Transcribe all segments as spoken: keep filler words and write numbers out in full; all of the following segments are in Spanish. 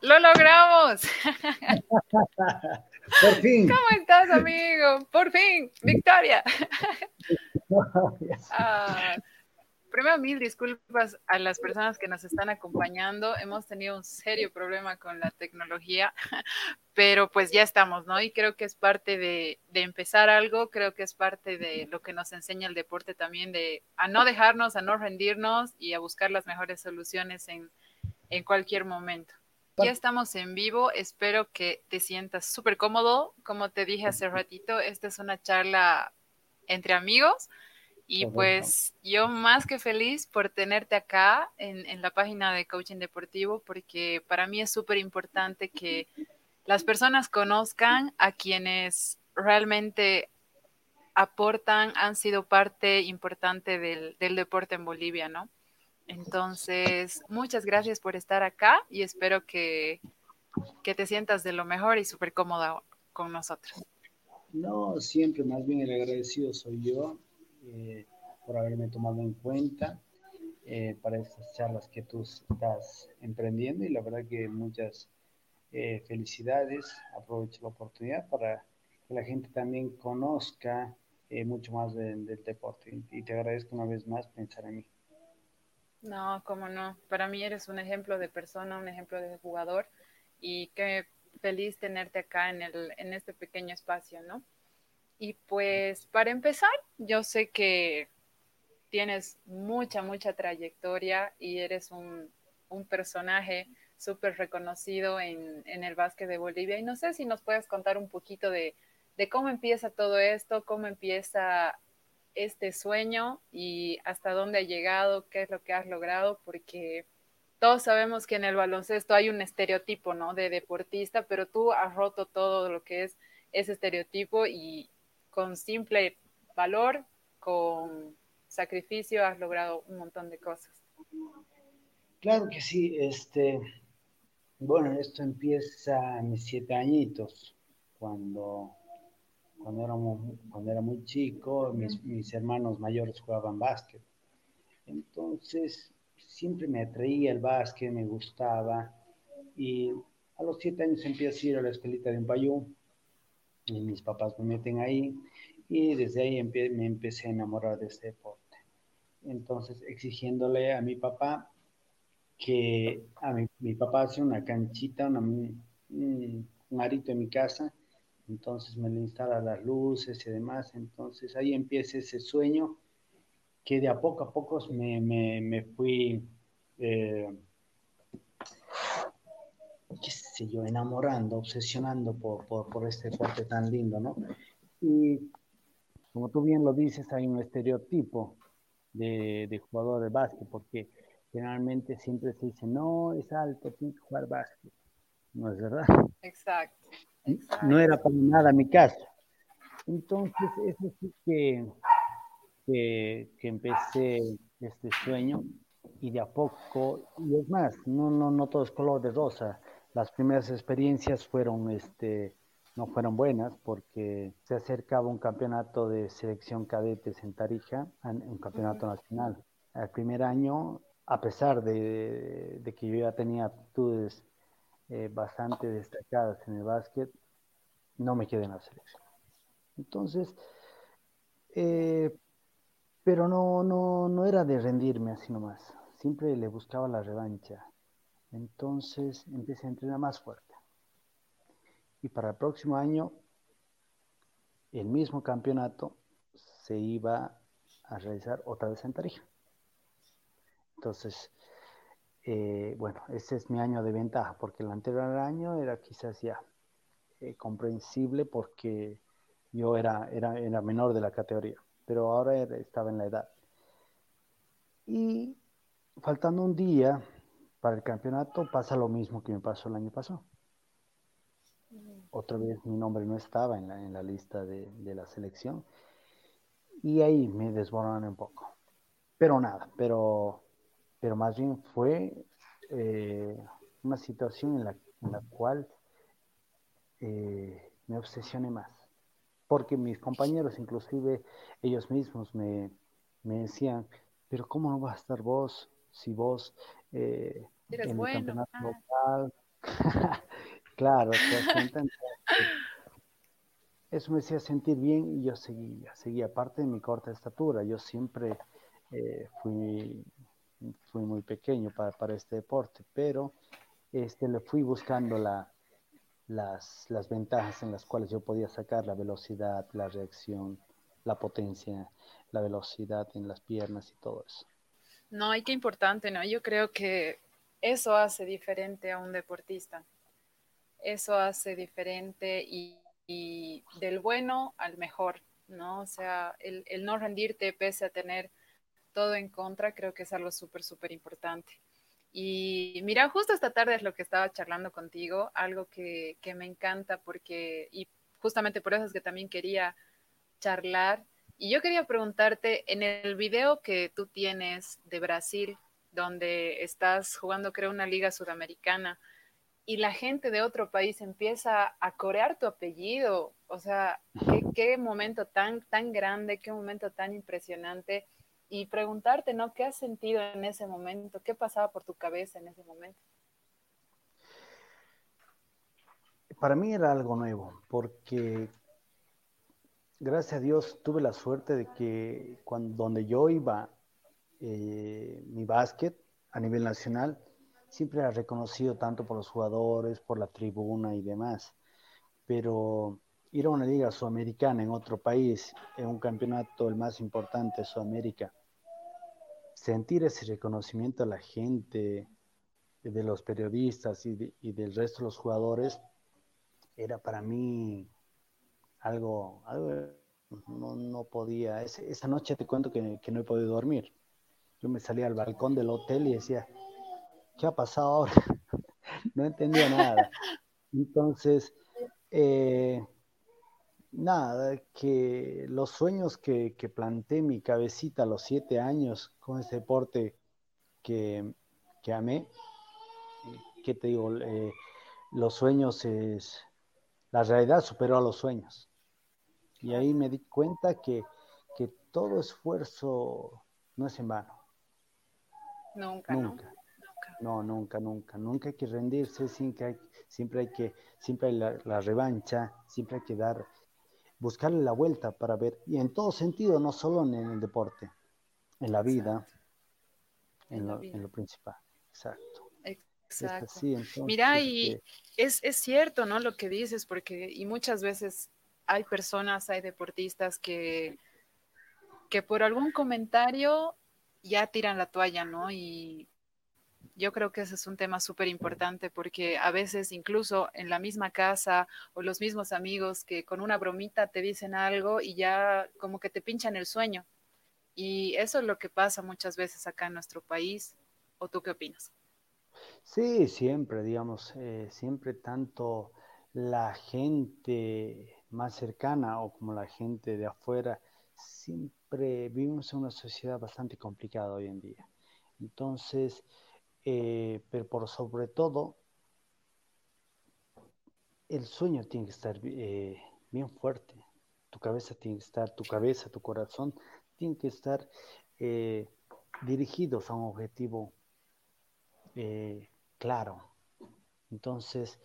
¡Lo logramos! Por fin. ¿Cómo estás, amigo? Por fin, victoria. Ah, primero, mil disculpas a las personas que nos están acompañando. Hemos tenido un serio problema con la tecnología, pero pues ya estamos, ¿no? Y creo que es parte de, de empezar algo, creo que es parte de lo que nos enseña el deporte también, de a no dejarnos, a no rendirnos y a buscar las mejores soluciones en, en cualquier momento. Ya estamos en vivo, espero que te sientas súper cómodo. Como te dije hace ratito, esta es una charla entre amigos y Correcto. pues yo más que feliz por tenerte acá en, en la página de Coaching Deportivo, porque para mí es súper importante que las personas conozcan a quienes realmente aportan, han sido parte importante del, del deporte en Bolivia, ¿no? Entonces, muchas gracias por estar acá y espero que, que te sientas de lo mejor y súper cómoda con nosotros. No, siempre más bien el agradecido soy yo eh, por haberme tomado en cuenta eh, para estas charlas que tú estás emprendiendo y la verdad que muchas eh, felicidades. Aprovecho la oportunidad para que la gente también conozca eh, mucho más de- del deporte y te agradezco una vez más pensar en mí. No, cómo no. Para mí eres un ejemplo de persona, un ejemplo de jugador y qué feliz tenerte acá en, el, en este pequeño espacio, ¿no? Y pues para empezar, yo sé que tienes mucha, mucha trayectoria y eres un, un personaje súper reconocido en, en el básquet de Bolivia. Y no sé si nos puedes contar un poquito de, de cómo empieza todo esto, cómo empieza este sueño y hasta dónde ha llegado, qué es lo que has logrado, porque todos sabemos que en el baloncesto hay un estereotipo, ¿no? De deportista, pero tú has roto todo lo que es ese estereotipo y con simple valor, con sacrificio, has logrado un montón de cosas. Claro que sí, este, bueno, esto empieza a mis siete añitos, cuando, cuando, éramos, cuando era muy chico, mis, mis hermanos mayores jugaban básquet. Entonces, siempre me atraía el básquet, me gustaba, y a los siete años empiezo a ir a la escuelita de Umpayú, y mis papás me meten ahí, y desde ahí empe me empecé a enamorar de este deporte. Entonces, exigiéndole a mi papá que a mi, mi papá hace una canchita, una, un, un arito en mi casa, entonces me le instala las luces y demás, entonces ahí empieza ese sueño que de a poco a poco me, me, me fui, eh, qué sé yo, enamorando, obsesionando por, por, por este deporte tan lindo, ¿no? Y como tú bien lo dices, hay un estereotipo de, de jugador de básquet, porque generalmente siempre se dice, no, es alto, tiene que jugar básquet. No es verdad. Exacto, No exacto. era para nada mi caso. Entonces, eso sí que, que, que empecé este sueño y de a poco, y es más, no, no, no todo es color de rosa. Las primeras experiencias fueron, este, no fueron buenas porque se acercaba un campeonato de selección cadetes en Tarija, un campeonato nacional. El primer año, a pesar de, de que yo ya tenía aptitudes eh, bastante destacadas en el básquet, no me quedé en la selección. Entonces, eh, pero no, no, no era de rendirme así nomás. Siempre le buscaba la revancha. Entonces empecé a entrenar más fuerte. Y para el próximo año, el mismo campeonato se iba a realizar otra vez en Tarija. Entonces, eh, bueno, ese es mi año de ventaja, porque el anterior año era quizás ya eh, comprensible porque yo era, era, era menor de la categoría, pero ahora era, estaba en la edad. Y faltando un día para el campeonato, pasa lo mismo que me pasó el año pasado. Otra vez mi nombre no estaba en la, en la lista de, de la selección y ahí me desboronan un poco. Pero nada, pero, pero más bien fue eh, una situación en la, en la cual eh, me obsesioné más. Porque mis compañeros, inclusive ellos mismos, me, me decían, pero ¿cómo no vas a estar vos si vos eh, Eres en el bueno. campeonato Ah, local Claro, te das cuenta. Entonces, eso me hacía sentir bien y yo seguía, seguía. Aparte de mi corta estatura, yo siempre eh, fui, fui muy pequeño para, para este deporte, pero este, le fui buscando la, las, las ventajas en las cuales yo podía sacar la velocidad, la reacción, la potencia, la velocidad en las piernas y todo eso. No, y qué importante, ¿no? Yo creo que eso hace diferente a un deportista. Eso hace diferente y, y del bueno al mejor, ¿no? O sea, el, el no rendirte pese a tener todo en contra, creo que es algo súper, súper importante. Y mira, justo esta tarde es lo que estaba charlando contigo, algo que, que me encanta porque, y justamente por eso es que también quería charlar. Y yo quería preguntarte, en el video que tú tienes de Brasil, donde estás jugando, creo, una liga sudamericana, y la gente de otro país empieza a corear tu apellido, o sea, qué, qué momento tan, tan grande, qué momento tan impresionante. Y preguntarte, ¿no? ¿Qué has sentido en ese momento? ¿Qué pasaba por tu cabeza en ese momento? Para mí era algo nuevo, porque gracias a Dios tuve la suerte de que cuando, donde yo iba, eh, mi básquet a nivel nacional, siempre era reconocido tanto por los jugadores, por la tribuna y demás. Pero ir a una liga sudamericana en otro país, en un campeonato el más importante de Sudamérica, sentir ese reconocimiento a la gente, de los periodistas y, de, y del resto de los jugadores, era para mí algo, algo no, no podía. Es, esa noche te cuento que, que no he podido dormir. Yo me salí al balcón del hotel y decía, ¿qué ha pasado ahora? No entendía nada. Entonces, eh, nada, que los sueños que, que planté en mi cabecita a los siete años con ese deporte que, que amé, ¿qué te digo? Eh, los sueños es, la realidad superó a los sueños. Y Claro, ahí me di cuenta que, que todo esfuerzo no es en vano, nunca, ¿no? nunca. No, nunca, nunca, nunca hay que rendirse, siempre hay, siempre hay que, siempre hay la, la revancha, siempre hay que dar, buscarle la vuelta para ver, y en todo sentido, no solo en el deporte, en la vida, Exacto, en en la lo, en vida. lo principal. Exacto. Es Exacto. así, entonces, Mira, y este, es, es cierto, ¿no? Lo que dices, porque y muchas veces hay personas, hay deportistas que, que por algún comentario ya tiran la toalla, ¿no? Y yo creo que ese es un tema súper importante porque a veces incluso en la misma casa o los mismos amigos que con una bromita te dicen algo y ya como que te pinchan el sueño. Y eso es lo que pasa muchas veces acá en nuestro país. ¿O tú qué opinas? sí, siempre, digamos, eh, siempre tanto la gente más cercana o como la gente de afuera, siempre vivimos en una sociedad bastante complicada hoy en día. Entonces, eh, pero por sobre todo, el sueño tiene que estar eh, bien fuerte. Tu cabeza tiene que estar, tu cabeza, tu corazón tienen que estar eh, dirigidos a un objetivo eh, claro. Entonces,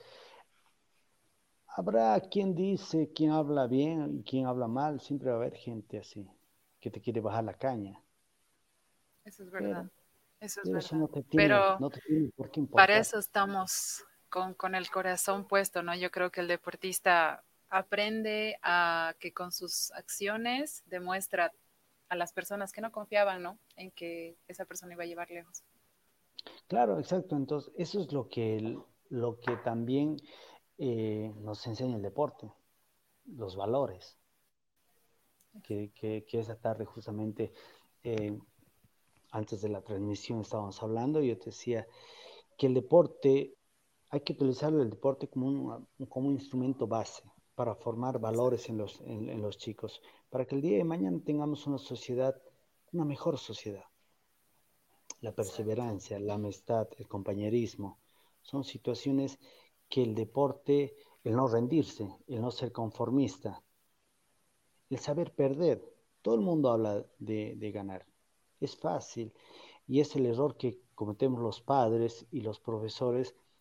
habrá quien dice, quien habla bien y quien habla mal, siempre va a haber gente así, que te quiere bajar la caña, Eso es verdad, pero, eso es pero eso verdad. no te tiene, Pero no te tiene por qué para importar. eso estamos con, con el corazón puesto, ¿no? Yo creo que el deportista aprende a que con sus acciones demuestra a las personas que no confiaban, ¿no? En que esa persona iba a llevar lejos. Claro, exacto. Entonces, eso es lo que, lo que también eh, nos enseña el deporte, los valores, que, que, que esa tarde justamente, eh, antes de la transmisión estábamos hablando, y yo te decía que el deporte, hay que utilizar el deporte como un, como un instrumento base para formar valores en los, en, en los chicos, para que el día de mañana tengamos una sociedad, una mejor sociedad. La Exacto. perseverancia, la amistad, el compañerismo, son situaciones que el deporte, el no rendirse, el no ser conformista, el saber perder. Todo el mundo habla de, de ganar. Es fácil y es el error que cometemos los padres y los profesores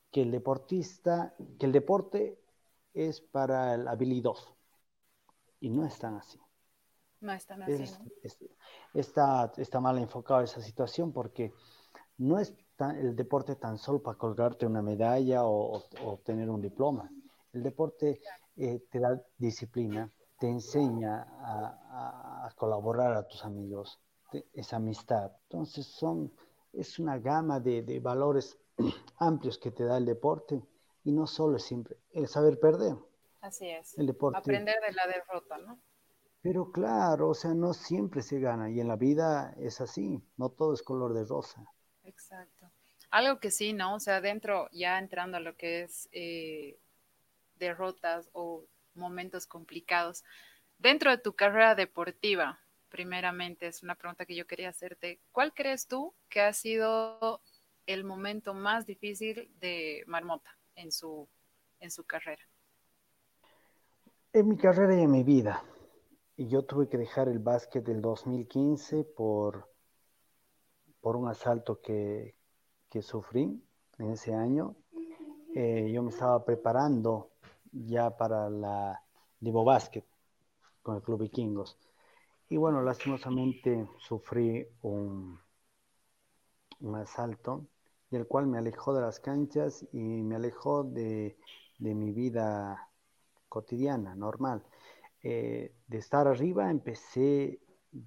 que el deportista, que el deporte es para el habilidoso y no es tan así. No están así, Es, ¿no? es, está, está mal enfocada esa situación porque no es tan, el deporte tan solo para colgarte una medalla o, o, o tener un diploma. El deporte eh, te da disciplina, te enseña a, a, a colaborar a tus amigos, te, esa amistad. Entonces son, es una gama de, de valores amplios que te da el deporte y no solo es siempre el saber perder. Así es. El deporte, Aprender de la derrota, ¿no? pero claro, o sea, no siempre se gana y en la vida es así, no todo es color de rosa. Exacto. Algo que sí, ¿no? O sea, dentro, ya entrando a lo que es eh, derrotas o momentos complicados, dentro de tu carrera deportiva, primeramente, es una pregunta que yo quería hacerte. ¿Cuál crees tú que ha sido el momento más difícil de Marmota en su, en su carrera? En mi carrera y en mi vida, y yo tuve que dejar el básquet del dos mil quince por, por un asalto que, que sufrí en ese año. Eh, yo me estaba preparando ya para la Divo Básquet con el Club Vikingos. Y bueno, lastimosamente sufrí un, un asalto del cual me alejó de las canchas y me alejó de, de mi vida cotidiana, normal. Eh, de estar arriba empecé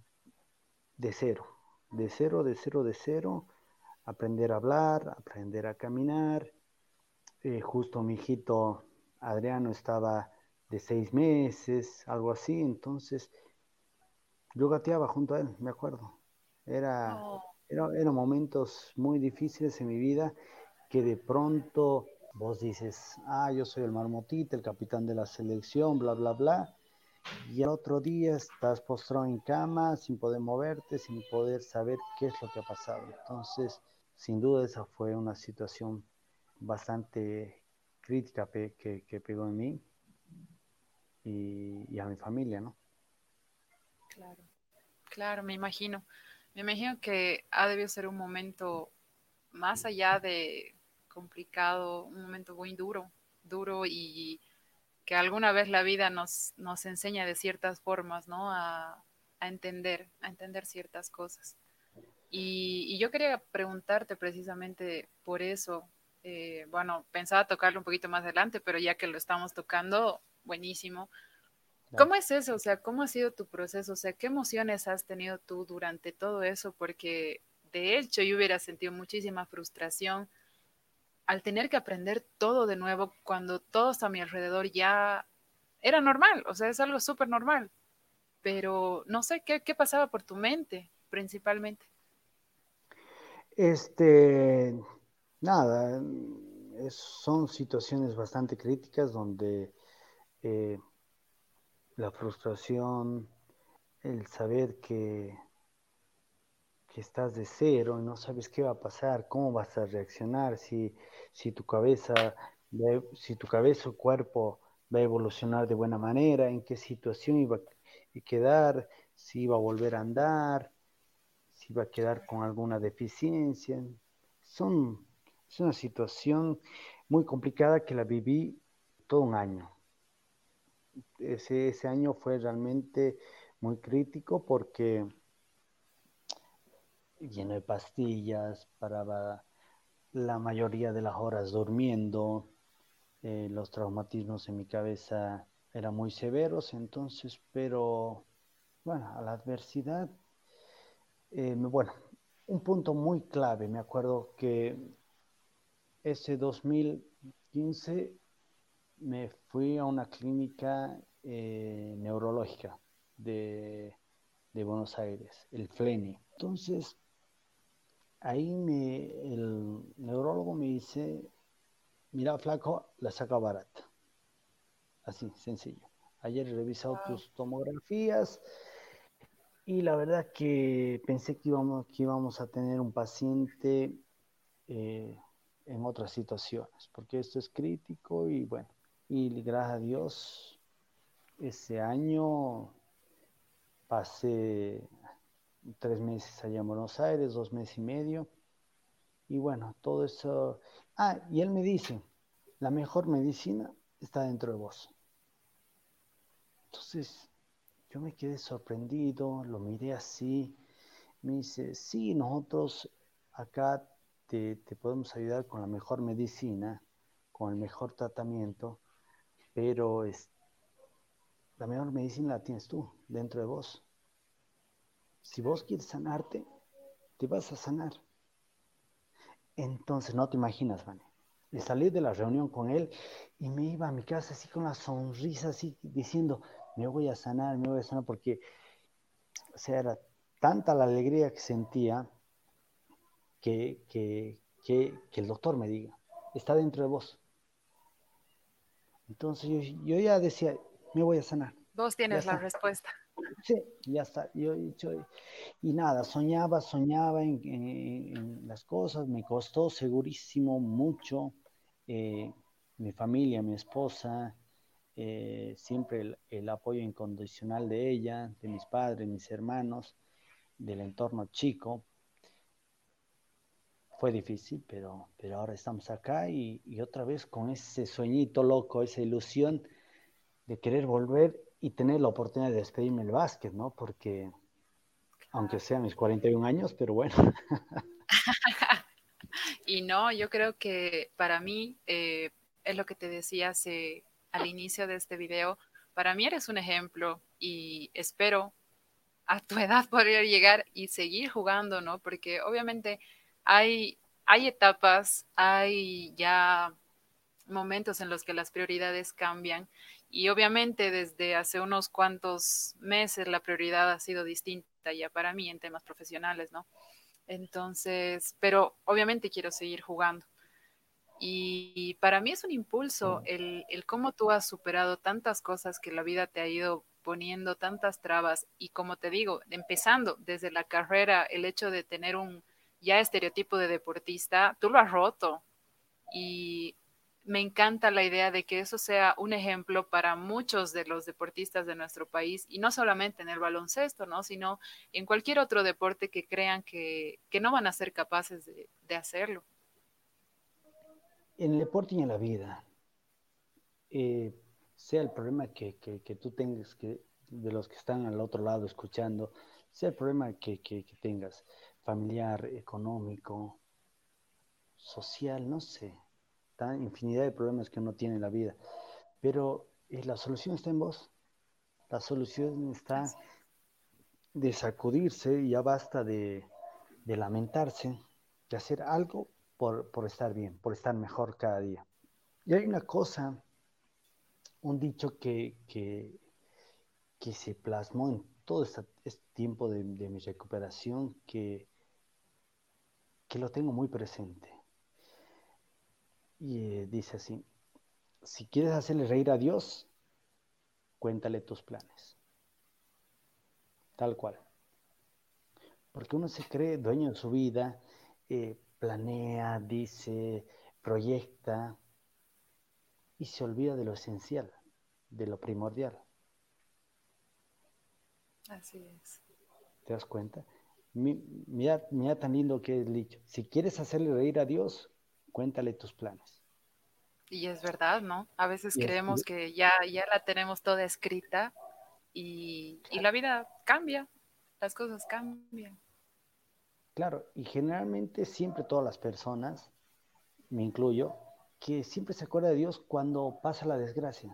de cero, de cero, de cero, de cero, aprender a hablar, aprender a caminar. Eh, justo mi hijito Adriano estaba de seis meses, algo así, entonces yo gateaba junto a él, me acuerdo. Era, Oh, era, eran momentos muy difíciles en mi vida que de pronto vos dices, ah, yo soy el marmotita, el capitán de la selección, bla, bla, bla, y al otro día estás postrado en cama sin poder moverte, sin poder saber qué es lo que ha pasado. Entonces, sin duda esa fue una situación bastante crítica pe que, que, pegó en mí y, y, a mi familia, ¿no? claro, claro, me imagino. Me imagino que ha debido ser un momento más allá de complicado, un momento muy duro, duro y que alguna vez la vida nos, nos enseña de ciertas formas, ¿no? A, a entender, a entender ciertas cosas. Y, y, yo quería preguntarte precisamente por eso. Eh, bueno, pensaba tocarlo un poquito más adelante, pero ya que lo estamos tocando, buenísimo. Dale. ¿Cómo es eso? O sea, ¿cómo ha sido tu proceso? O sea, ¿qué emociones has tenido tú durante todo eso? Porque de hecho yo hubiera sentido muchísima frustración al tener que aprender todo de nuevo cuando todos a mi alrededor ya era normal, o sea, es algo súper normal, pero no sé qué, qué pasaba por tu mente principalmente. Este, nada, es, son situaciones bastante críticas donde eh, la frustración, el saber que, que estás de cero y no sabes qué va a pasar, cómo vas a reaccionar, si, si tu cabeza, si tu cabeza o cuerpo va a evolucionar de buena manera, en qué situación iba a quedar, si iba a volver a andar, si iba a quedar con alguna deficiencia. Son, es una situación muy complicada que la viví todo un año. Ese, ese año fue realmente muy crítico porque lleno de pastillas, paraba la mayoría de las horas durmiendo, eh, los traumatismos en mi cabeza eran muy severos, entonces, pero bueno, a la adversidad, eh, bueno, un punto muy clave, me acuerdo que ese dos mil quince me fui a una clínica eh, neurológica de, de Buenos Aires, el FLENI. Entonces, ahí me, el neurólogo me dice, mira, flaco, la saca barata. Así, sencillo. Ayer he revisado Wow. tus tomografías y la verdad que pensé que íbamos, que íbamos a tener un paciente eh, en otras situaciones, porque esto es crítico y bueno, y gracias a Dios, ese año pasé tres meses allá en Buenos Aires, dos meses y medio, y bueno, todo eso. Ah, y él me dice, la mejor medicina está dentro de vos. Entonces, yo me quedé sorprendido, lo miré así, me dice, sí, nosotros acá te, te podemos ayudar con la mejor medicina, con el mejor tratamiento, pero es, la mejor medicina la tienes tú, dentro de vos. Si vos quieres sanarte, te vas a sanar. Entonces, no te imaginas, Vane. De salir de la reunión con él y me iba a mi casa así con la sonrisa, así diciendo, me voy a sanar, me voy a sanar, porque, o sea, era tanta la alegría que sentía que, que, que, que el doctor me diga, está dentro de vos. Entonces yo, yo ya decía, me voy a sanar, Vos ya tienes la está. respuesta. Sí, ya está. Yo, yo, y nada, soñaba, soñaba en, en, en, las cosas, me costó segurísimo mucho. Eh, mi familia, mi esposa, eh, siempre el, el, apoyo incondicional de ella, de mis padres, mis hermanos, del entorno chico. Fue difícil, pero, pero ahora estamos acá y, y otra vez con ese sueñito loco, esa ilusión de querer volver y tener la oportunidad de despedirme del básquet, ¿no? Porque aunque sean mis cuarenta y un años, pero bueno. Y no, yo creo que para mí, eh, es lo que te decía hace, al inicio de este video, para mí eres un ejemplo y espero a tu edad poder llegar y seguir jugando, ¿no? Porque obviamente hay, hay etapas, hay ya momentos en los que las prioridades cambian y obviamente desde hace unos cuantos meses la prioridad ha sido distinta ya para mí en temas profesionales, ¿no? Entonces, pero obviamente quiero seguir jugando. Y para mí es un impulso el, el cómo tú has superado tantas cosas que la vida te ha ido poniendo, tantas trabas. Y como te digo, empezando desde la carrera, el hecho de tener un ya estereotipo de deportista, tú lo has roto. Y me encanta la idea de que eso sea un ejemplo para muchos de los deportistas de nuestro país, y no solamente en el baloncesto, ¿no? Sino en cualquier otro deporte que crean que, que no van a ser capaces de, de hacerlo. En el deporte y en la vida, eh, sea el problema que, que, que, tú tengas, que de los que están al otro lado escuchando, sea el problema que, que, que tengas, familiar, económico, social, no sé, tan infinidad de problemas que uno tiene en la vida, pero eh, la solución está en vos, la solución está Así. de sacudirse, ya basta de, de lamentarse, de hacer algo por, por estar bien, por estar mejor cada día. Y hay una cosa, un dicho que, que, que se plasmó en todo este, este tiempo de, de, mi recuperación, que, que lo tengo muy presente. Y eh, dice así, si quieres hacerle reír a Dios, cuéntale tus planes. Tal cual. Porque uno se cree dueño de su vida, eh, planea, dice, proyecta y se olvida de lo esencial, de lo primordial. Así es. ¿Te das cuenta? Mira, mira tan lindo que es el dicho. Si quieres hacerle reír a Dios, cuéntale tus planes. Y es verdad, ¿no? A veces Y es, creemos que ya, ya la tenemos toda escrita y, y la vida cambia, las cosas cambian. claro, y generalmente siempre todas las personas, me incluyo, que siempre se acuerda de Dios cuando pasa la desgracia.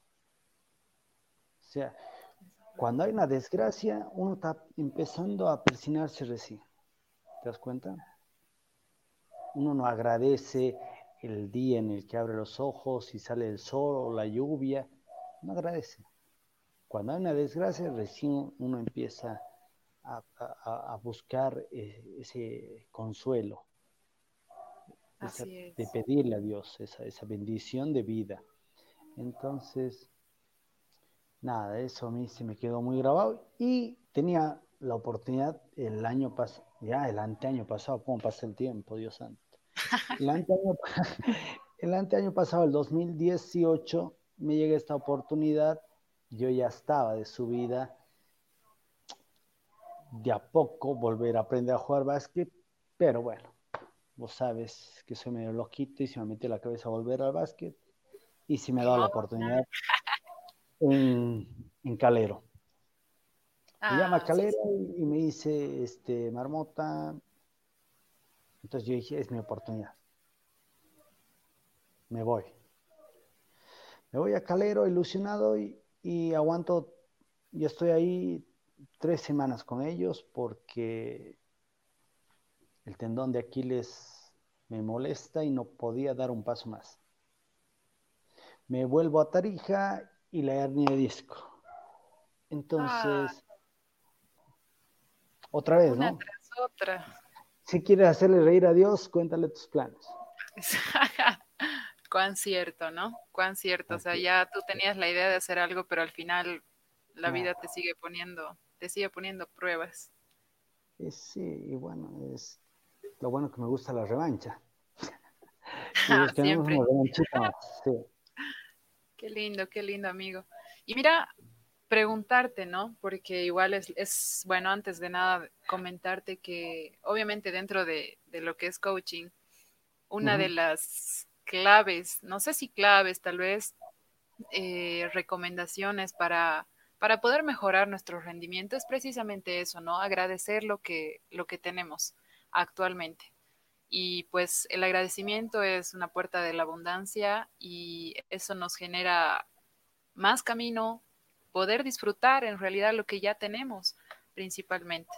O sea, cuando hay una desgracia, uno está empezando a persinarse recién. ¿Te das cuenta? Uno no agradece el día en el que abre los ojos y sale el sol o la lluvia. No agradece. Cuando hay una desgracia, recién uno empieza a, a, a buscar eh, ese consuelo, esa, Así de es. pedirle a Dios esa, esa bendición de vida. Entonces, nada, eso a mí se me quedó muy grabado y tenía la oportunidad el año pasado, ya el anteaño pasado, ¿cómo pasa el tiempo, Dios santo? El anteaño, el anteaño pasado, el dos mil dieciocho, me llega esta oportunidad, yo ya estaba de subida, de a poco volver a aprender a jugar básquet, pero bueno, vos sabes que soy medio loquito y se me metió la cabeza a volver al básquet y si me Ni da la modo. oportunidad en, en Calero. Me llama Ah, sí, Calero sí. y, y me dice, este, Marmota, entonces yo dije, es mi oportunidad, me voy. Me voy a Calero ilusionado y, y aguanto, yo estoy ahí tres semanas con ellos porque el tendón de Aquiles me molesta y no podía dar un paso más. Me vuelvo a Tarija y la hernia de disco. Ah, Entonces, otra vez, una ¿no? tras otra. Si quieres hacerle reír a Dios, cuéntale tus planes. Cuán cierto, ¿no? Cuán cierto. O sea, Así, ya tú tenías la idea de hacer algo, pero al final la vida te claro. sigue poniendo, te sigue poniendo pruebas. Es, sí, y bueno, es lo bueno que me gusta la revancha. Y Ah, busquemos una siempre. revanchita más. Sí. Qué lindo, qué lindo, amigo. Y mira, preguntarte, ¿no? Porque igual es, es, bueno, antes de nada, comentarte que obviamente dentro de, de lo que es coaching, una de Ujú. las claves, no sé si claves, tal vez eh, recomendaciones para, para poder mejorar nuestro rendimiento es precisamente eso, ¿no? Agradecer lo que, lo que tenemos actualmente. Y pues el agradecimiento es una puerta de la abundancia y eso nos genera más camino, poder disfrutar en realidad lo que ya tenemos principalmente.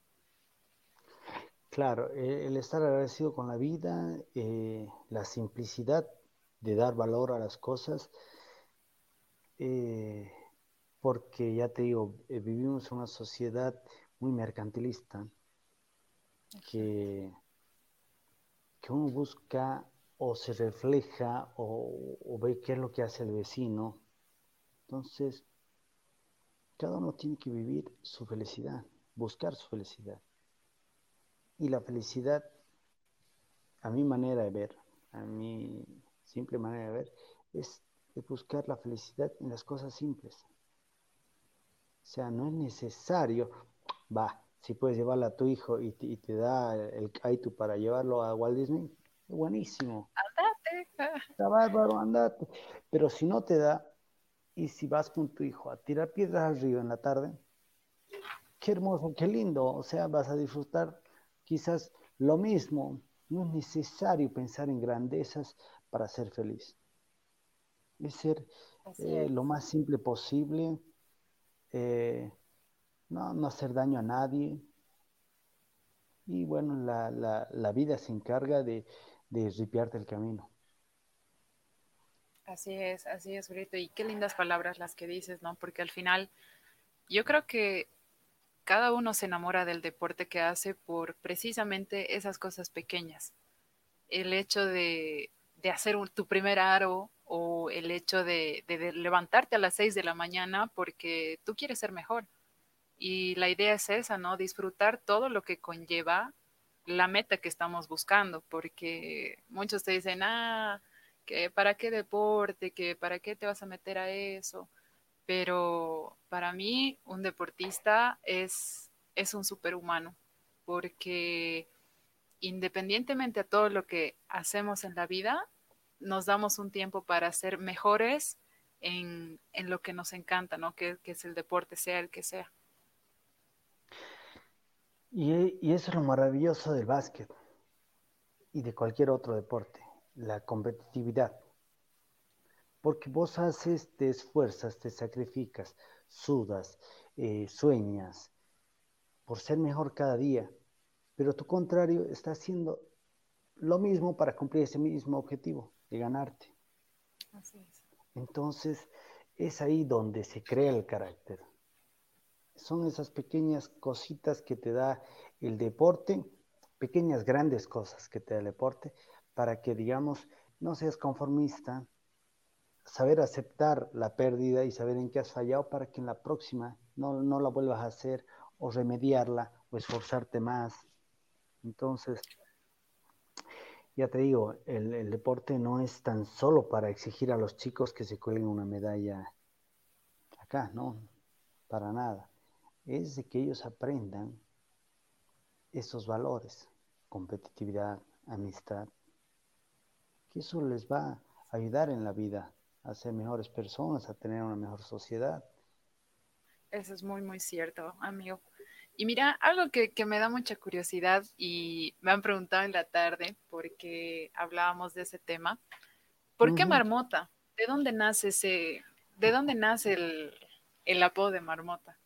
Claro, eh, el estar agradecido con la vida, eh, la simplicidad de dar valor a las cosas, eh, porque ya te digo, eh, vivimos en una sociedad muy mercantilista Exacto. que, que uno busca o se refleja o, o ve qué es lo que hace el vecino. Entonces, cada uno tiene que vivir su felicidad, buscar su felicidad. Y la felicidad, a mi manera de ver, a mi simple manera de ver, es de buscar la felicidad en las cosas simples. O sea, no es necesario, va, si puedes llevarla a tu hijo y te, y te da el Kaitu para llevarlo a Walt Disney, buenísimo, Andate. Ah, está bárbaro, andate. Pero si no te da, y si vas con tu hijo a tirar piedras al río en la tarde, qué hermoso, qué lindo, o sea, vas a disfrutar quizás lo mismo. No es necesario pensar en grandezas para ser feliz. Es ser así eh, es. lo más simple posible, eh, no, no hacer daño a nadie. Y bueno, la, la, la vida se encarga de, de ripiarte el camino. Así es, así es, Brito. Y qué lindas palabras las que dices, ¿no? Porque al final yo creo que cada uno se enamora del deporte que hace por precisamente esas cosas pequeñas. El hecho de, de hacer un- tu primer aro o el hecho de, de- de levantarte a las seis de la mañana porque tú quieres ser mejor. Y la idea es esa, ¿no? Disfrutar todo lo que conlleva la meta que estamos buscando, porque muchos te dicen, ah, que para qué deporte, que para qué te vas a meter a eso. Pero para mí un deportista es, es un superhumano, porque independientemente a todo lo que hacemos en la vida, nos damos un tiempo para ser mejores en, en lo que nos encanta, ¿no? Que, que es el deporte, sea el que sea. Y, y eso es lo maravilloso del básquet y de cualquier otro deporte, la competitividad. Porque vos haces, te esfuerzas, te sacrificas, sudas, eh, sueñas por ser mejor cada día, pero tu contrario está haciendo lo mismo para cumplir ese mismo objetivo de ganarte. Así es. Entonces, es ahí donde se crea el carácter. Son esas pequeñas cositas que te da el deporte, pequeñas grandes cosas que te da el deporte, para que, digamos, no seas conformista, saber aceptar la pérdida y saber en qué has fallado para que en la próxima no, no la vuelvas a hacer o remediarla o esforzarte más. Entonces, ya te digo, el, el deporte no es tan solo para exigir a los chicos que se cuelguen una medalla acá, no, para nada. Es de que ellos aprendan esos valores, competitividad, amistad, que eso les va a ayudar en la vida a ser mejores personas, a tener una mejor sociedad. Eso es muy, muy cierto, amigo. Y mira, algo que, que me da mucha curiosidad y me han preguntado en la tarde porque hablábamos de ese tema. ¿Por qué Ujú. Marmota? ¿De dónde nace ese, de dónde nace el, el apodo de Marmota?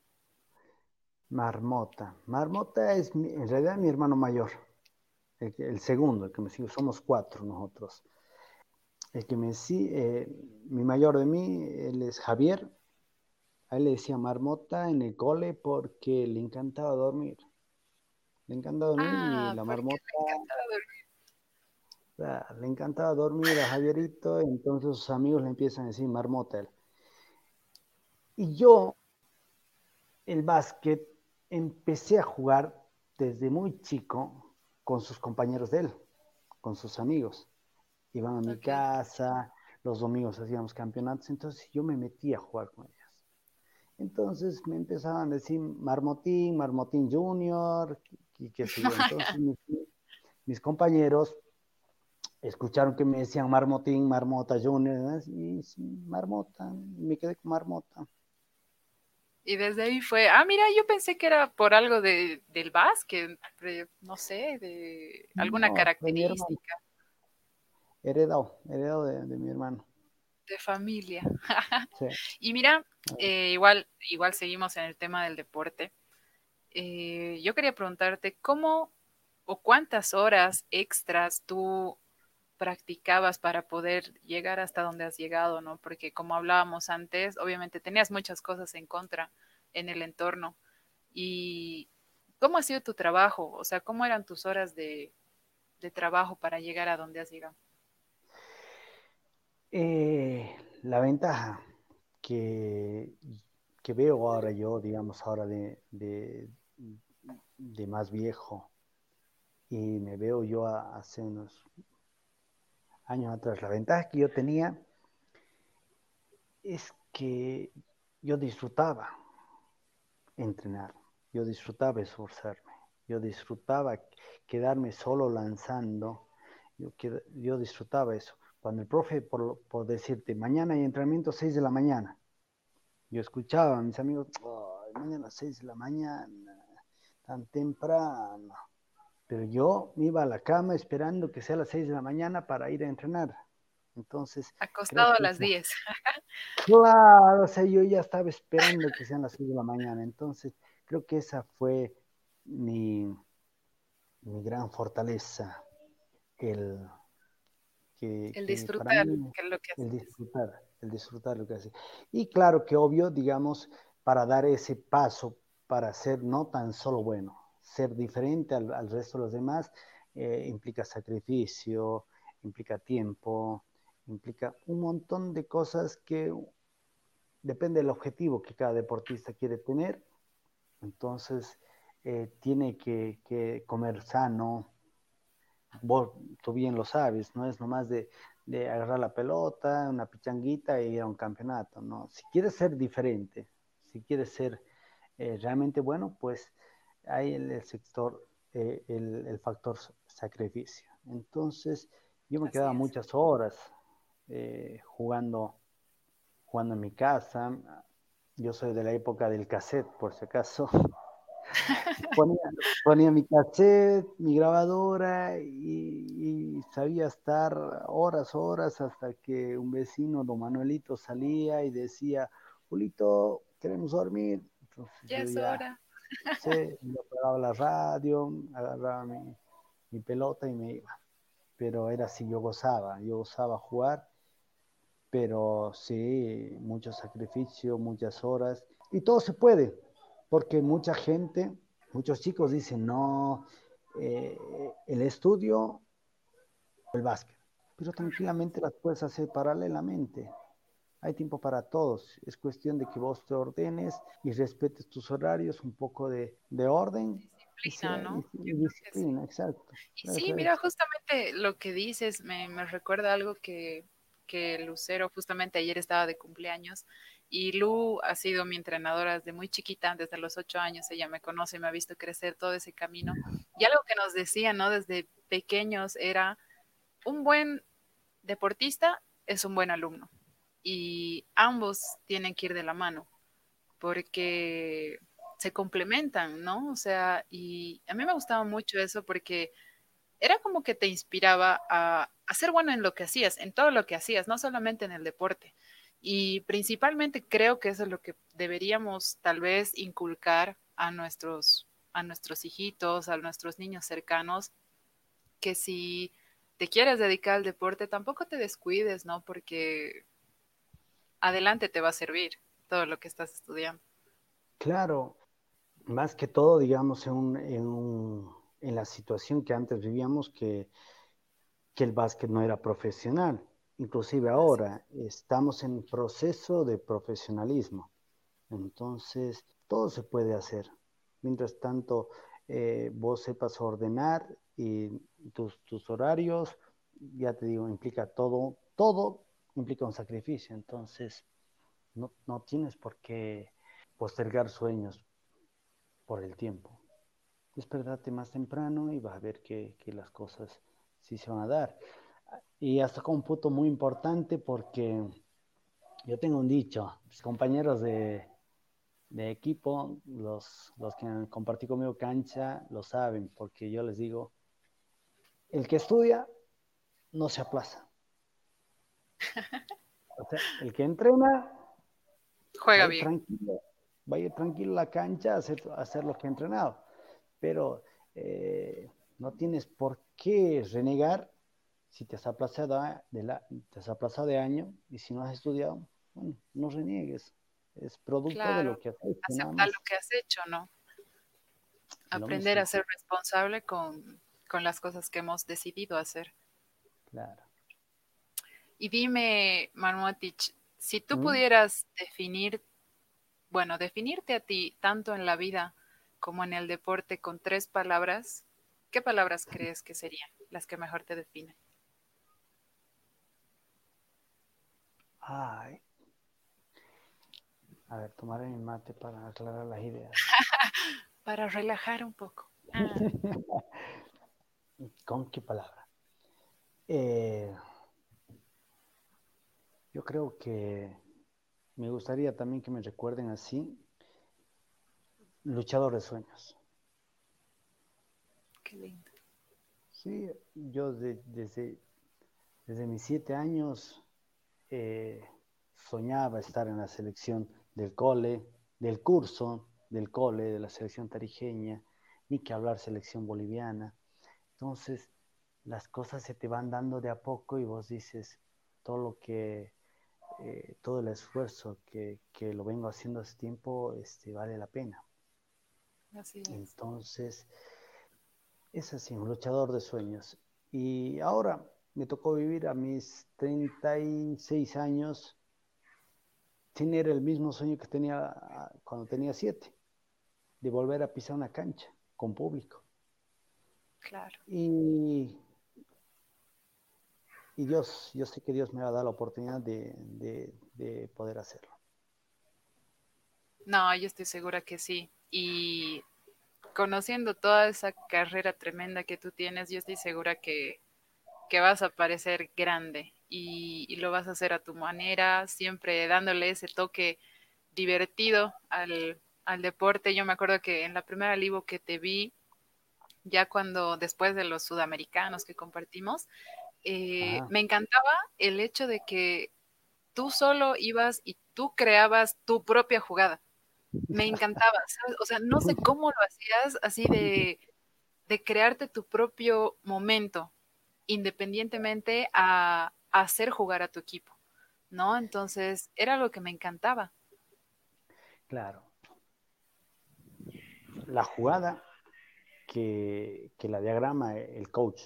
Marmota. Marmota es mi- en realidad mi hermano mayor, el, que- el segundo, el que me sigue. Somos cuatro nosotros. El que me sigue, mi mayor de mí, él es Javier. A él le decía Marmota en el cole porque le encantaba dormir. Le encantaba dormir y Ah, la porque marmota, le encantaba dormir. ah, le encantaba dormir a Javierito, entonces sus amigos le empiezan a decir Marmota. a él. Y yo, el básquet, empecé a jugar desde muy chico con sus compañeros de él, con sus amigos. Iban a mi Ok. casa, los domingos hacíamos campeonatos, entonces yo me metí a jugar con ellos. Entonces me empezaban a decir Marmotín, Marmotín Junior, y qué sé yo. Entonces mis, mis compañeros escucharon que me decían Marmotín, Marmota Junior, y sí, Marmota, y me quedé con Marmota. Y desde ahí fue, ah, mira, yo pensé que era por algo de, del básquet, de, no sé, de alguna No, fue mi hermano, característica heredado, heredado de, de mi hermano. de familia. Sí. Y mira, eh, igual, igual seguimos en el tema del deporte. Eh, yo quería preguntarte, ¿cómo o cuántas horas extras tú practicabas para poder llegar hasta donde has llegado, ¿no? Porque como hablábamos antes, obviamente tenías muchas cosas en contra en el entorno. ¿Y cómo ha sido tu trabajo? O sea, ¿cómo eran tus horas de, de trabajo para llegar a donde has llegado? Eh, la ventaja que, que veo ahora yo, digamos, ahora de, de, de más viejo, y me veo yo a, hace unos años atrás, la ventaja que yo tenía es que yo disfrutaba entrenar, yo disfrutaba esforzarme, yo disfrutaba quedarme solo lanzando, yo, yo disfrutaba eso. Cuando el profe, por, por decirte, mañana hay entrenamiento seis de la mañana, yo escuchaba a mis amigos, oh, mañana seis de la mañana, tan temprano. Pero yo me iba a la cama esperando que sea las seis de la mañana para ir a entrenar. Entonces, creo Acostado a que las esa, diez. claro, o sea, yo ya estaba esperando que sean las seis de la mañana. Entonces, creo que esa fue mi, mi gran fortaleza, el que, El que para disfrutar, mí, que es lo que el haces. disfrutar, el disfrutar lo que hace. Y claro que obvio, digamos, para dar ese paso, para ser no tan solo bueno, ser diferente al, al resto de los demás, eh, implica sacrificio, implica tiempo, implica un montón de cosas que depende del objetivo que cada deportista quiere tener. Entonces, eh, tiene que, que comer sano, vos tú bien lo sabes, no es nomás de, de agarrar la pelota, una pichanguita e ir a un campeonato, no. Si quieres ser diferente, si quieres ser eh, realmente bueno, pues hay el, el sector, eh, el, el, factor sacrificio. Entonces, yo me Así quedaba es. muchas horas eh, jugando, jugando en mi casa. Yo soy de la época del cassette, por si acaso. Ponía, ponía mi cassette, mi grabadora y, y sabía estar horas, horas hasta que un vecino, don Manuelito, salía y decía, Julito, queremos dormir. Entonces Ya yo es ya, hora. sé, yo apagaba la radio, agarraba mi, mi pelota y me iba. Pero era así, yo gozaba, yo gozaba jugar, pero sí, mucho sacrificio, muchas horas, y todo se puede, porque mucha gente, muchos chicos dicen, no, eh, el estudio o el básquet, pero tranquilamente las puedes hacer paralelamente. Hay tiempo para todos, es cuestión de que vos te ordenes y respetes tus horarios, un poco de, de orden y, Disciplina, sea, y, ¿no? y Yo creo que sí. disciplina, exacto. Y sí, Eso mira, es. justamente lo que dices me, me recuerda algo que, que Lucero justamente ayer estaba de cumpleaños Y Lu ha sido mi entrenadora desde muy chiquita, desde los ocho años. Ella me conoce y me ha visto crecer todo ese camino. Y algo que nos decía, ¿no? Desde pequeños era un buen deportista es un buen alumno. Y ambos tienen que ir de la mano porque se complementan, ¿no? O sea, y a mí me gustaba mucho eso porque era como que te inspiraba a, a ser bueno en lo que hacías, en todo lo que hacías, no solamente en el deporte. Y principalmente creo que eso es lo que deberíamos tal vez inculcar a nuestros, a nuestros hijitos, a nuestros niños cercanos, que si te quieres dedicar al deporte, tampoco te descuides, ¿no? Porque adelante te va a servir todo lo que estás estudiando. Claro, más que todo, digamos, en, un, en, un, en la situación que antes vivíamos, que, que el básquet no era profesional. Inclusive Así, ahora estamos en proceso de profesionalismo. Entonces, todo se puede hacer. Mientras tanto, eh, vos sepas ordenar y tus, tus horarios, ya te digo, implica todo, todo implica un sacrificio. Entonces, no, no tienes por qué postergar sueños por el tiempo. Despertate más temprano y vas a ver que, que las cosas sí se van a dar. Y hasta con un punto muy importante porque yo tengo un dicho, mis compañeros de, de equipo, los, los que han compartido conmigo cancha, lo saben, porque yo les digo, el que estudia no se aplaza. O sea, el que entrena va juega a ir bien. tranquilo, va a ir tranquilo a la cancha a hacer, a hacer lo que ha entrenado. Pero eh, no tienes por qué renegar si te has aplazado de, la, te has aplazado de año y si no has estudiado, bueno, no reniegues. Es producto de lo Claro, que has hecho, nada aceptar lo más. que has hecho, ¿no? Lo Aprender a mismo, ser responsable con, con las cosas que hemos decidido hacer. claro. Y dime, Marmotich, si tú ¿Mm? pudieras definir, bueno, definirte a ti tanto en la vida como en el deporte con tres palabras, ¿qué palabras crees que serían las que mejor te definen? Ay, a ver, tomaré mi mate para aclarar las ideas. Para relajar un poco. Ah, ¿Con qué palabra? Eh, yo creo que me gustaría también que me recuerden así, luchador de sueños. qué lindo. Sí, yo de, desde, desde mis siete años eh, soñaba estar en la selección del cole, del curso, del cole, de la selección tarijeña, ni que hablar selección boliviana. Entonces, las cosas se te van dando de a poco y vos dices, todo lo que, eh, todo el esfuerzo que, que, lo vengo haciendo hace tiempo, este, vale la pena. Así es. Entonces, es así, un luchador de sueños. Y ahora me tocó vivir a mis treinta y seis años tener el mismo sueño que tenía cuando tenía siete, de volver a pisar una cancha con público. Claro. Y, y Dios, yo sé que Dios me va a dar la oportunidad de, de, de poder hacerlo. No, yo estoy segura que sí. Y conociendo toda esa carrera tremenda que tú tienes, yo estoy segura que, que vas a parecer grande y, y, lo vas a hacer a tu manera, siempre dándole ese toque divertido al, al deporte. Yo me acuerdo que en la primera livo que te vi, ya cuando después de los sudamericanos que compartimos, eh, Ajá. me encantaba el hecho de que tú solo ibas y tú creabas tu propia jugada. Me encantaba, ¿sabes? O sea, no sé cómo lo hacías así de, de crearte tu propio momento, independientemente a, a hacer jugar a tu equipo, ¿no? Entonces, era lo que me encantaba. Claro. La jugada que, que la diagrama el coach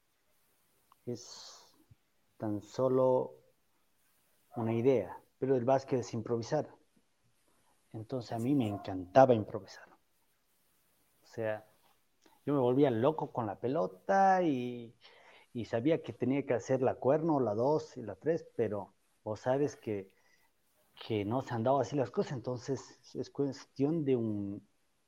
es tan solo una idea, pero el básquet es improvisar. Entonces a Así mí me es. encantaba improvisar. O sea, yo me volvía loco con la pelota y, y sabía que tenía que hacer la cuerno, la dos y la tres, pero vos sabes que que no se han dado así las cosas, entonces es cuestión de un,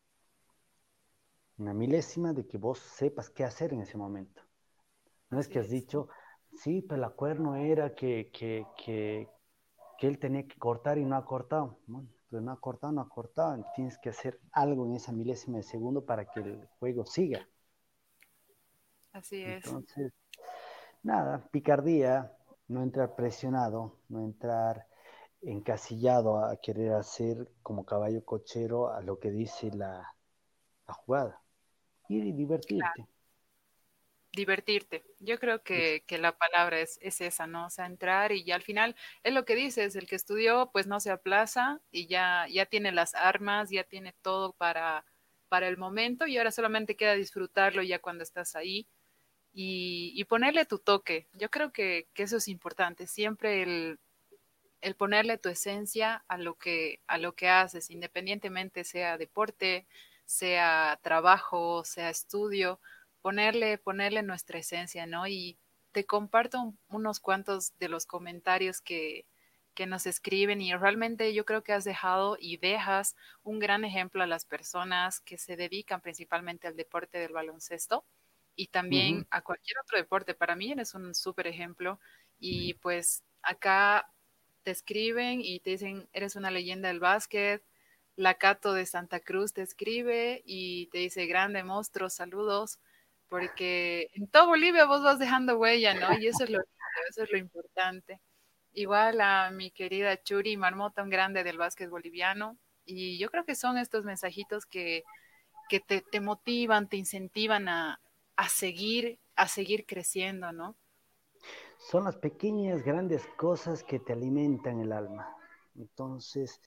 una milésima de que vos sepas qué hacer en ese momento. No es Así que has es. dicho, sí, pero el acuerdo era que, que, que, que él tenía que cortar y no ha cortado. Bueno, pues no ha cortado, no ha cortado. Tienes que hacer algo en esa milésima de segundo para que el juego siga. Así es. Entonces, nada, picardía, no entrar presionado, no entrar encasillado a querer hacer como caballo cochero a lo que dice la, la jugada. Ir y divertirte. Divertirte. Yo creo Es, que, que la palabra es, es esa, ¿no? O sea, entrar y ya al final es lo que dices, el que estudió pues no se aplaza y ya, ya tiene las armas, ya tiene todo para, para el momento y ahora solamente queda disfrutarlo ya cuando estás ahí y, y ponerle tu toque. Yo creo que, que eso es importante, siempre el, el ponerle tu esencia a lo que, a lo que haces, independientemente sea deporte, sea trabajo, sea estudio, ponerle, ponerle nuestra esencia, ¿no? Y te comparto un- unos cuantos de los comentarios que, que nos escriben y realmente yo creo que has dejado y dejas un gran ejemplo a las personas que se dedican principalmente al deporte del baloncesto y uh-huh. también a cualquier otro deporte. Para mí eres un súper ejemplo y pues acá te escriben y te dicen, eres una leyenda del básquet. La Cato de Santa Cruz te escribe y te dice, grande monstruo, saludos, porque en todo Bolivia vos vas dejando huella, ¿no? Y eso es lo lindo, eso es lo importante. Igual a mi querida Churi Marmota, un grande del básquet boliviano, y yo creo que son estos mensajitos que, que te, te motivan, te incentivan a, a seguir, a seguir creciendo, ¿no? Son las pequeñas, grandes cosas que te alimentan el alma. Entonces,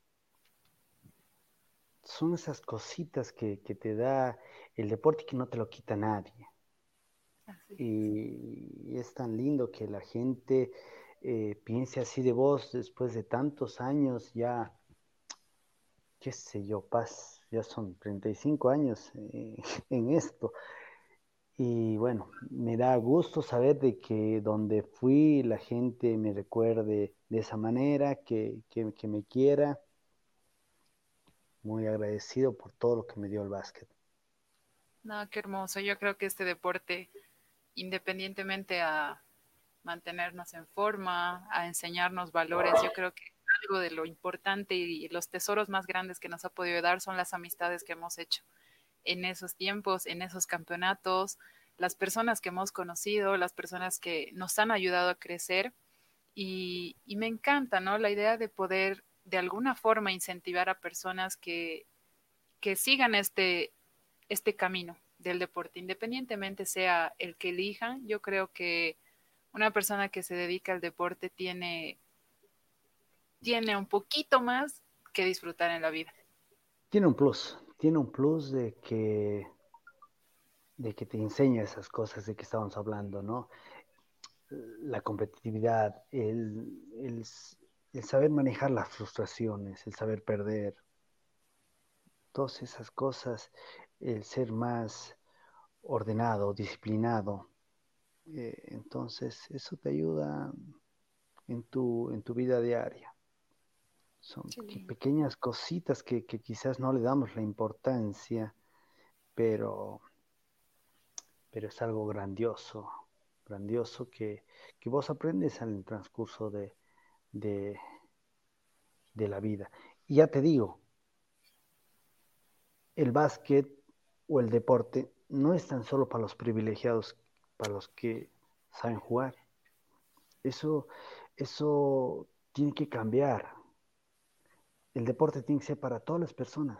son esas cositas que, que te da el deporte que no te lo quita nadie. Así es. Y es tan lindo que la gente eh, piense así de vos después de tantos años, ya, qué sé yo, paz, ya son treinta y cinco años eh, en esto. Y bueno, me da gusto saber de que donde fui la gente me recuerde de esa manera, que, que, que me quiera. Muy agradecido por todo lo que me dio el básquet. No, qué hermoso. Yo creo que este deporte, independientemente a mantenernos en forma, a enseñarnos valores, yo creo que algo de lo importante y los tesoros más grandes que nos ha podido dar son las amistades que hemos hecho en esos tiempos, en esos campeonatos, las personas que hemos conocido, las personas que nos han ayudado a crecer y, y me encanta, ¿no? La idea de poder de alguna forma incentivar a personas que, que sigan este, este camino del deporte, independientemente sea el que elijan, yo creo que una persona que se dedica al deporte tiene, tiene un poquito más que disfrutar en la vida. Tiene un plus, tiene un plus de que, de que te enseña esas cosas de que estábamos hablando, ¿no? La competitividad, el, el, el saber manejar las frustraciones, el saber perder, todas esas cosas, el ser más ordenado, disciplinado. Eh, entonces, eso te ayuda en tu, en tu vida diaria. Son Qué lindo. pequeñas cositas que, que quizás no le damos la importancia, pero, pero es algo grandioso, grandioso que, que vos aprendes en el transcurso de, de, de la vida. Y ya te digo, el básquet o el deporte no es tan solo para los privilegiados, para los que saben jugar. Eso, eso tiene que cambiar. El deporte tiene que ser para todas las personas,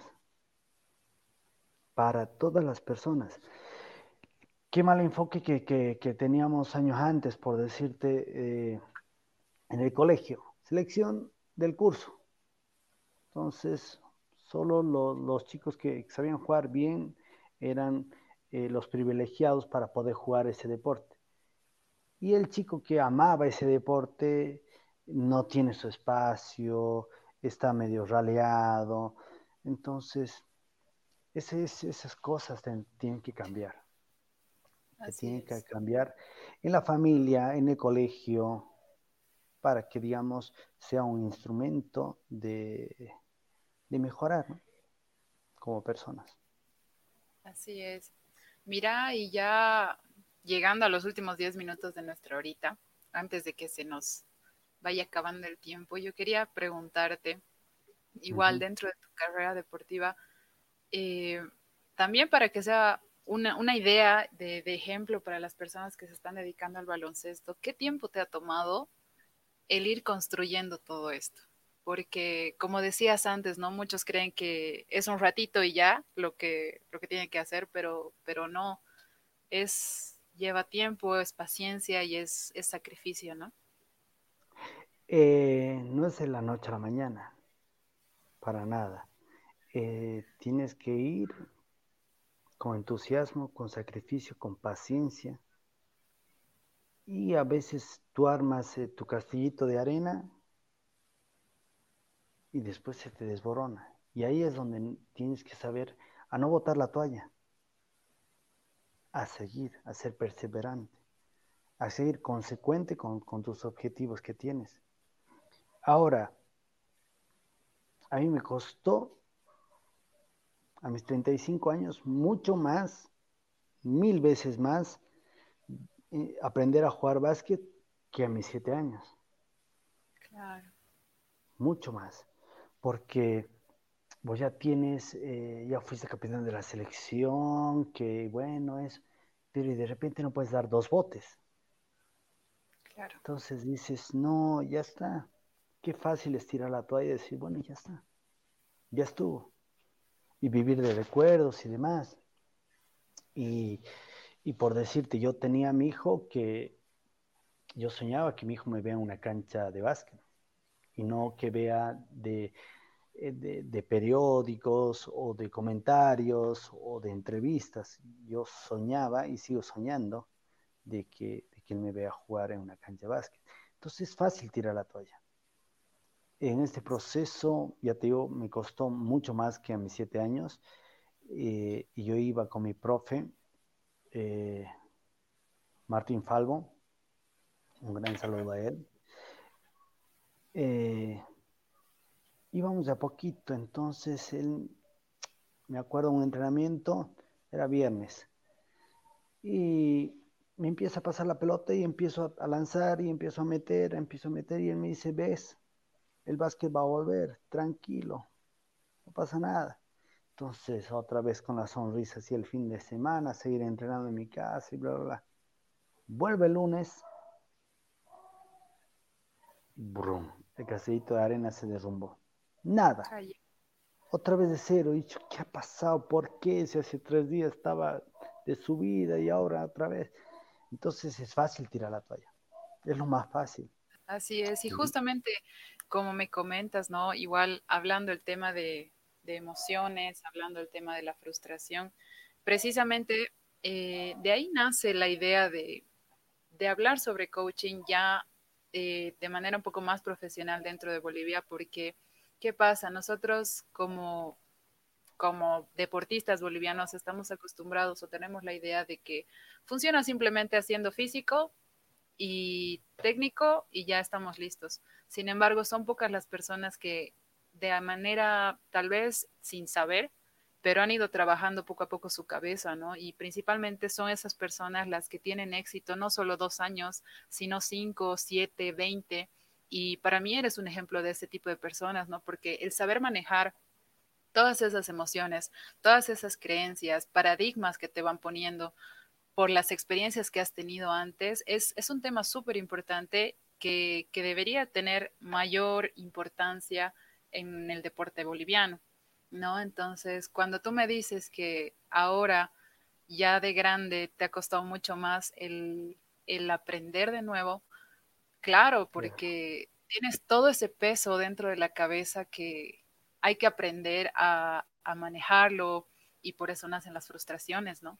para todas las personas. Qué mal enfoque que, que, que teníamos años antes, por decirte, eh, en el colegio. Selección del curso. Entonces, solo lo, los chicos que sabían jugar bien eran eh, los privilegiados para poder jugar ese deporte. Y el chico que amaba ese deporte no tiene su espacio, está medio raleado. Entonces, ese, es, esas cosas ten, tienen que cambiar. Se Así tienen que es. cambiar en la familia, en el colegio. para que, digamos, sea un instrumento de, de mejorar, ¿no? Como personas. Así es. Mira, y ya llegando a los últimos diez minutos de nuestra horita, antes de que se nos vaya acabando el tiempo, yo quería preguntarte, igual Uh-huh. dentro de tu carrera deportiva, eh, también para que sea una, una idea de, de ejemplo para las personas que se están dedicando al baloncesto, ¿qué tiempo te ha tomado el ir construyendo todo esto? Porque como decías antes, ¿no? Muchos creen que es un ratito y ya lo que, lo que tienen que hacer, pero, pero no, es, lleva tiempo, es paciencia y es, es sacrificio, ¿no? Eh, no es de la noche a la mañana, para nada. Eh, tienes que ir con entusiasmo, con sacrificio, con paciencia. Y a veces tú armas eh, tu castillito de arena y después se te desborona. Y ahí es donde tienes que saber a no botar la toalla, a seguir, a ser perseverante, a seguir consecuente con, con tus objetivos que tienes. Ahora, a mí me costó, a mis treinta y cinco años, mucho más, mil veces más, eh, aprender a jugar básquet que a mis siete años. Claro. Mucho más. Porque vos ya tienes, eh, ya fuiste capitán de la selección, que bueno es, pero de repente no puedes dar dos botes. Claro. Entonces dices, no, ya está. Qué fácil es tirar la toalla y decir, bueno, ya está, ya estuvo. Y vivir de recuerdos y demás. Y, y por decirte, yo tenía a mi hijo que yo soñaba que mi hijo me vea en una cancha de básquet y no que vea de, eh, de, de periódicos o de comentarios o de entrevistas. Yo soñaba y sigo soñando de que, de que él me vea jugar en una cancha de básquet. Entonces es fácil tirar la toalla. En este proceso, ya te digo, me costó mucho más que a mis siete años. Eh, y yo iba con mi profe, eh, Martín Falvo, un gran saludo a él. Eh, íbamos de a poquito, entonces él, me acuerdo un entrenamiento, era viernes, y me empieza a pasar la pelota y empiezo a, a lanzar y empiezo a meter, empiezo a meter y él me dice, ves, el básquet va a volver, tranquilo, no pasa nada. Entonces, otra vez con la sonrisa así el fin de semana, seguir entrenando en mi casa y bla, bla, bla. Vuelve el lunes, brum, el castillito de arena se derrumbó. Nada, Ay, otra vez de cero. Y yo, ¿qué ha pasado? ¿Por qué? Si hace tres días estaba de subida y ahora otra vez. Entonces es fácil tirar la toalla. Es lo más fácil. así es. Y Y, justamente como me comentas, ¿no? Igual hablando el tema de, de emociones, hablando el tema de la frustración, precisamente eh, de ahí nace la idea de, de hablar sobre coaching ya eh, de manera un poco más profesional dentro de Bolivia, porque ¿qué pasa? Nosotros como, como deportistas bolivianos estamos acostumbrados o tenemos la idea de que funciona simplemente haciendo físico y técnico y ya estamos listos. Sin embargo, son pocas las personas que de manera tal vez sin saber, pero han ido trabajando poco a poco su cabeza, ¿no? Y principalmente son esas personas las que tienen éxito no solo dos años, sino cinco, siete, veinte. Y para mí eres un ejemplo de ese tipo de personas, ¿no? Porque el saber manejar todas esas emociones, todas esas creencias, paradigmas que te van poniendo, por las experiencias que has tenido antes, es, es un tema súper importante que, que debería tener mayor importancia en el deporte boliviano, ¿no? Entonces, cuando tú me dices que ahora, ya de grande, te ha costado mucho más el, el aprender de nuevo, claro, porque tienes todo ese peso dentro de la cabeza que hay que aprender a, a manejarlo y por eso nacen las frustraciones, ¿no?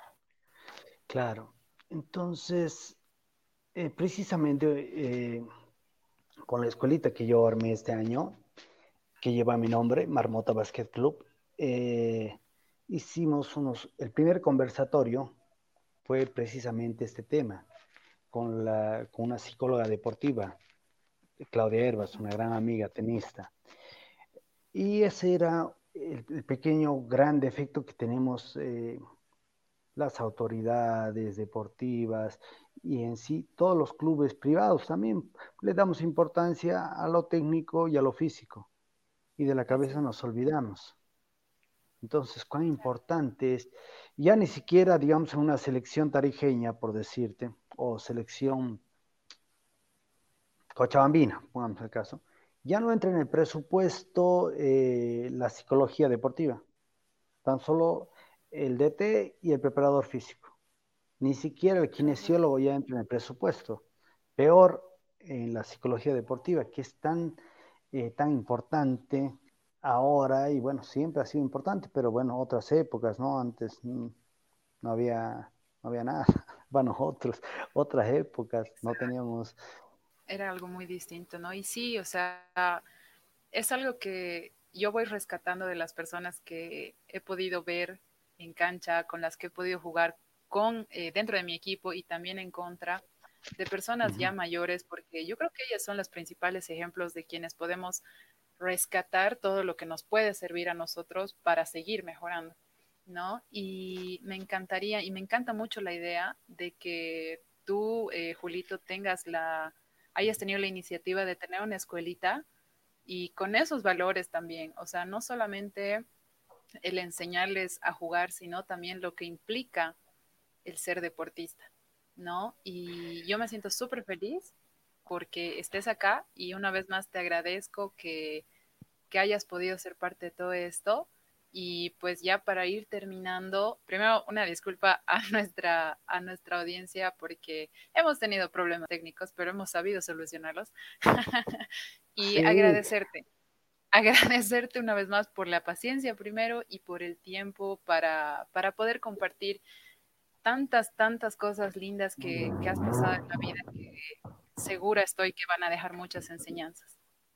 claro. Entonces, eh, precisamente eh, con la escuelita que yo armé este año, que lleva mi nombre, Marmota Basket Club, eh, hicimos unos, el primer conversatorio fue precisamente este tema, con, la, con una psicóloga deportiva, Claudia Herbas, una gran amiga tenista. Y ese era el, el pequeño gran defecto que tenemos eh, las autoridades deportivas y en sí todos los clubes privados también. Le damos importancia a lo técnico y a lo físico y de la Así cabeza es. nos olvidamos. Entonces, cuán importante es, ya ni siquiera, digamos, en una selección tarijeña, por decirte, o selección cochabambina, pongamos el caso, ya no entra en el presupuesto eh, la psicología deportiva, tan solo el D T y el preparador físico. Ni siquiera el Correcto. kinesiólogo ya entra en el presupuesto. Peor en la psicología deportiva, que es tan, eh, tan importante ahora, y bueno, siempre ha sido importante, pero bueno, otras épocas, ¿no? Antes mm, no había, no había nada. Bueno, otros, otras épocas, no teníamos. Era algo muy distinto, ¿no? Y sí, o sea, es algo que yo voy rescatando de las personas que he podido ver en cancha, con las que he podido jugar con, eh, dentro de mi equipo y también en contra de personas Ujú. ya mayores, porque yo creo que ellas son los principales ejemplos de quienes podemos rescatar todo lo que nos puede servir a nosotros para seguir mejorando, ¿no? Y me encantaría, y me encanta mucho la idea de que tú, eh, Julito, tengas la, hayas tenido la iniciativa de tener una escuelita y con esos valores también, o sea, no solamente el enseñarles a jugar, sino también lo que implica el ser deportista, ¿no? Y yo me siento súper feliz porque estés acá y una vez más te agradezco que, que hayas podido ser parte de todo esto. Y pues ya para ir terminando, primero una disculpa a nuestra, a nuestra audiencia porque hemos tenido problemas técnicos, pero hemos sabido solucionarlos. Y Sí, agradecerte, agradecerte una vez más por la paciencia primero y por el tiempo para, para poder compartir tantas, tantas cosas lindas que, que has pasado en la vida que segura estoy que van a dejar muchas enseñanzas.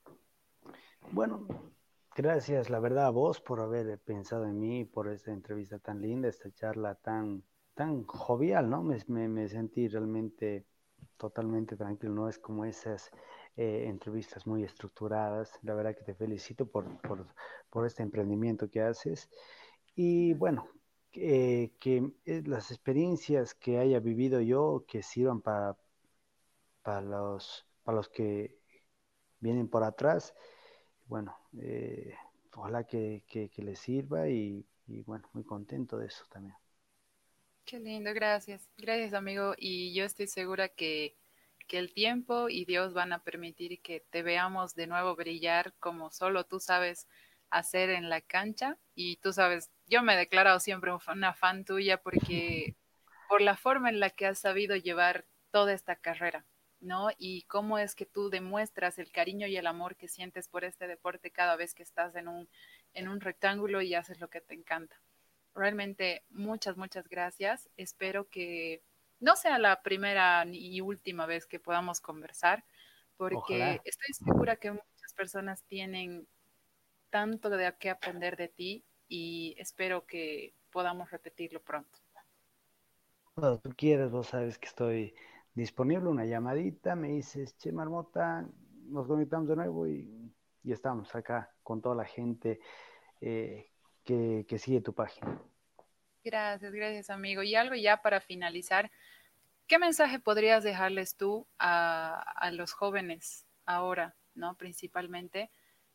bueno, gracias, la verdad, a vos por haber pensado en mí, por esta entrevista tan linda, esta charla tan, tan jovial, ¿no? Me, me, me sentí realmente totalmente tranquilo, no es como esas eh, entrevistas muy estructuradas. La verdad que te felicito por, por, por este emprendimiento que haces. Y bueno, eh, que eh, las experiencias que haya vivido yo que sirvan para, para los, para los que vienen por atrás. Bueno, eh, ojalá que, que, que les sirva y, y, bueno, muy contento de eso también. Qué lindo, gracias. Gracias, amigo. Y yo estoy segura que, que el tiempo y Dios van a permitir que te veamos de nuevo brillar como solo tú sabes hacer en la cancha. Y tú sabes, yo me he declarado siempre un fan- una fan tuya porque por la forma en la que has sabido llevar toda esta carrera, ¿no? Y cómo es que tú demuestras el cariño y el amor que sientes por este deporte cada vez que estás en un, en un rectángulo y haces lo que te encanta. Realmente muchas, muchas gracias. Espero que no sea la primera ni última vez que podamos conversar, porque Ojalá. estoy segura que muchas personas tienen tanto de qué aprender de ti y espero que podamos repetirlo pronto. Cuando tú quieras, vos sabes que estoy disponible, una llamadita, me dices, che, Marmota, nos conectamos de nuevo y, y estamos acá con toda la gente eh, que, que sigue tu página. Gracias, gracias amigo. Y algo ya para finalizar, ¿qué mensaje podrías dejarles tú a, a los jóvenes ahora, ¿no? Principalmente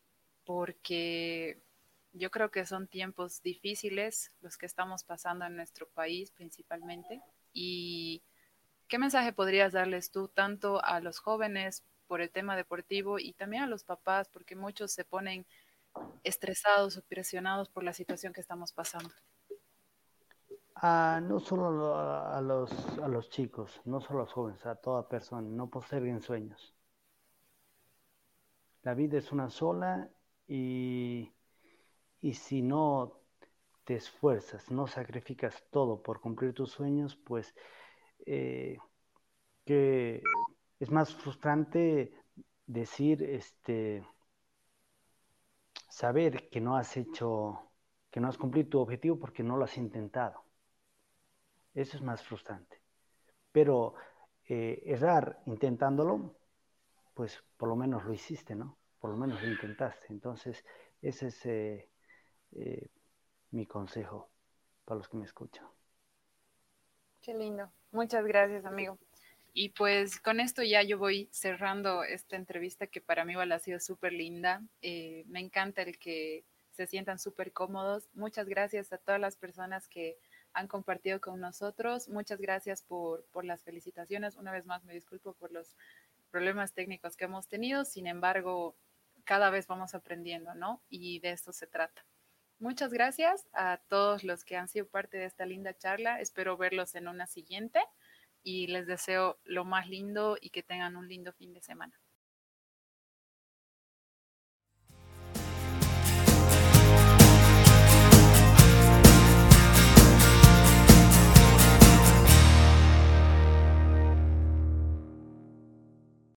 porque yo creo que son tiempos difíciles los que estamos pasando en nuestro país principalmente. ¿Y qué mensaje podrías darles tú tanto a los jóvenes por el tema deportivo y también a los papás, porque muchos se ponen estresados o presionados por la situación que estamos pasando? Ah, no solo a, a los, a los chicos, no solo a los jóvenes, a toda persona, no posterguen sueños. La vida es una sola y, y si no te esfuerzas, no sacrificas todo por cumplir tus sueños, pues eh, que es más frustrante decir, este, saber que no has hecho, que no has cumplido tu objetivo porque no lo has intentado. Eso es más frustrante. Pero eh, errar intentándolo, pues por lo menos lo hiciste, ¿no? Por lo menos lo intentaste. Entonces, ese es eh, eh, mi consejo para los que me escuchan. Qué lindo. Muchas gracias, amigo. Y pues con esto ya yo voy cerrando esta entrevista que para mí igual ha sido súper linda. Eh, me encanta el que se sientan súper cómodos. Muchas gracias a todas las personas que han compartido con nosotros. Muchas gracias por, por las felicitaciones. Una vez más me disculpo por los problemas técnicos que hemos tenido. Sin embargo, cada vez vamos aprendiendo, ¿no? Y de esto se trata. Muchas gracias a todos los que han sido parte de esta linda charla. Espero verlos en una siguiente y les deseo lo más lindo y que tengan un lindo fin de semana.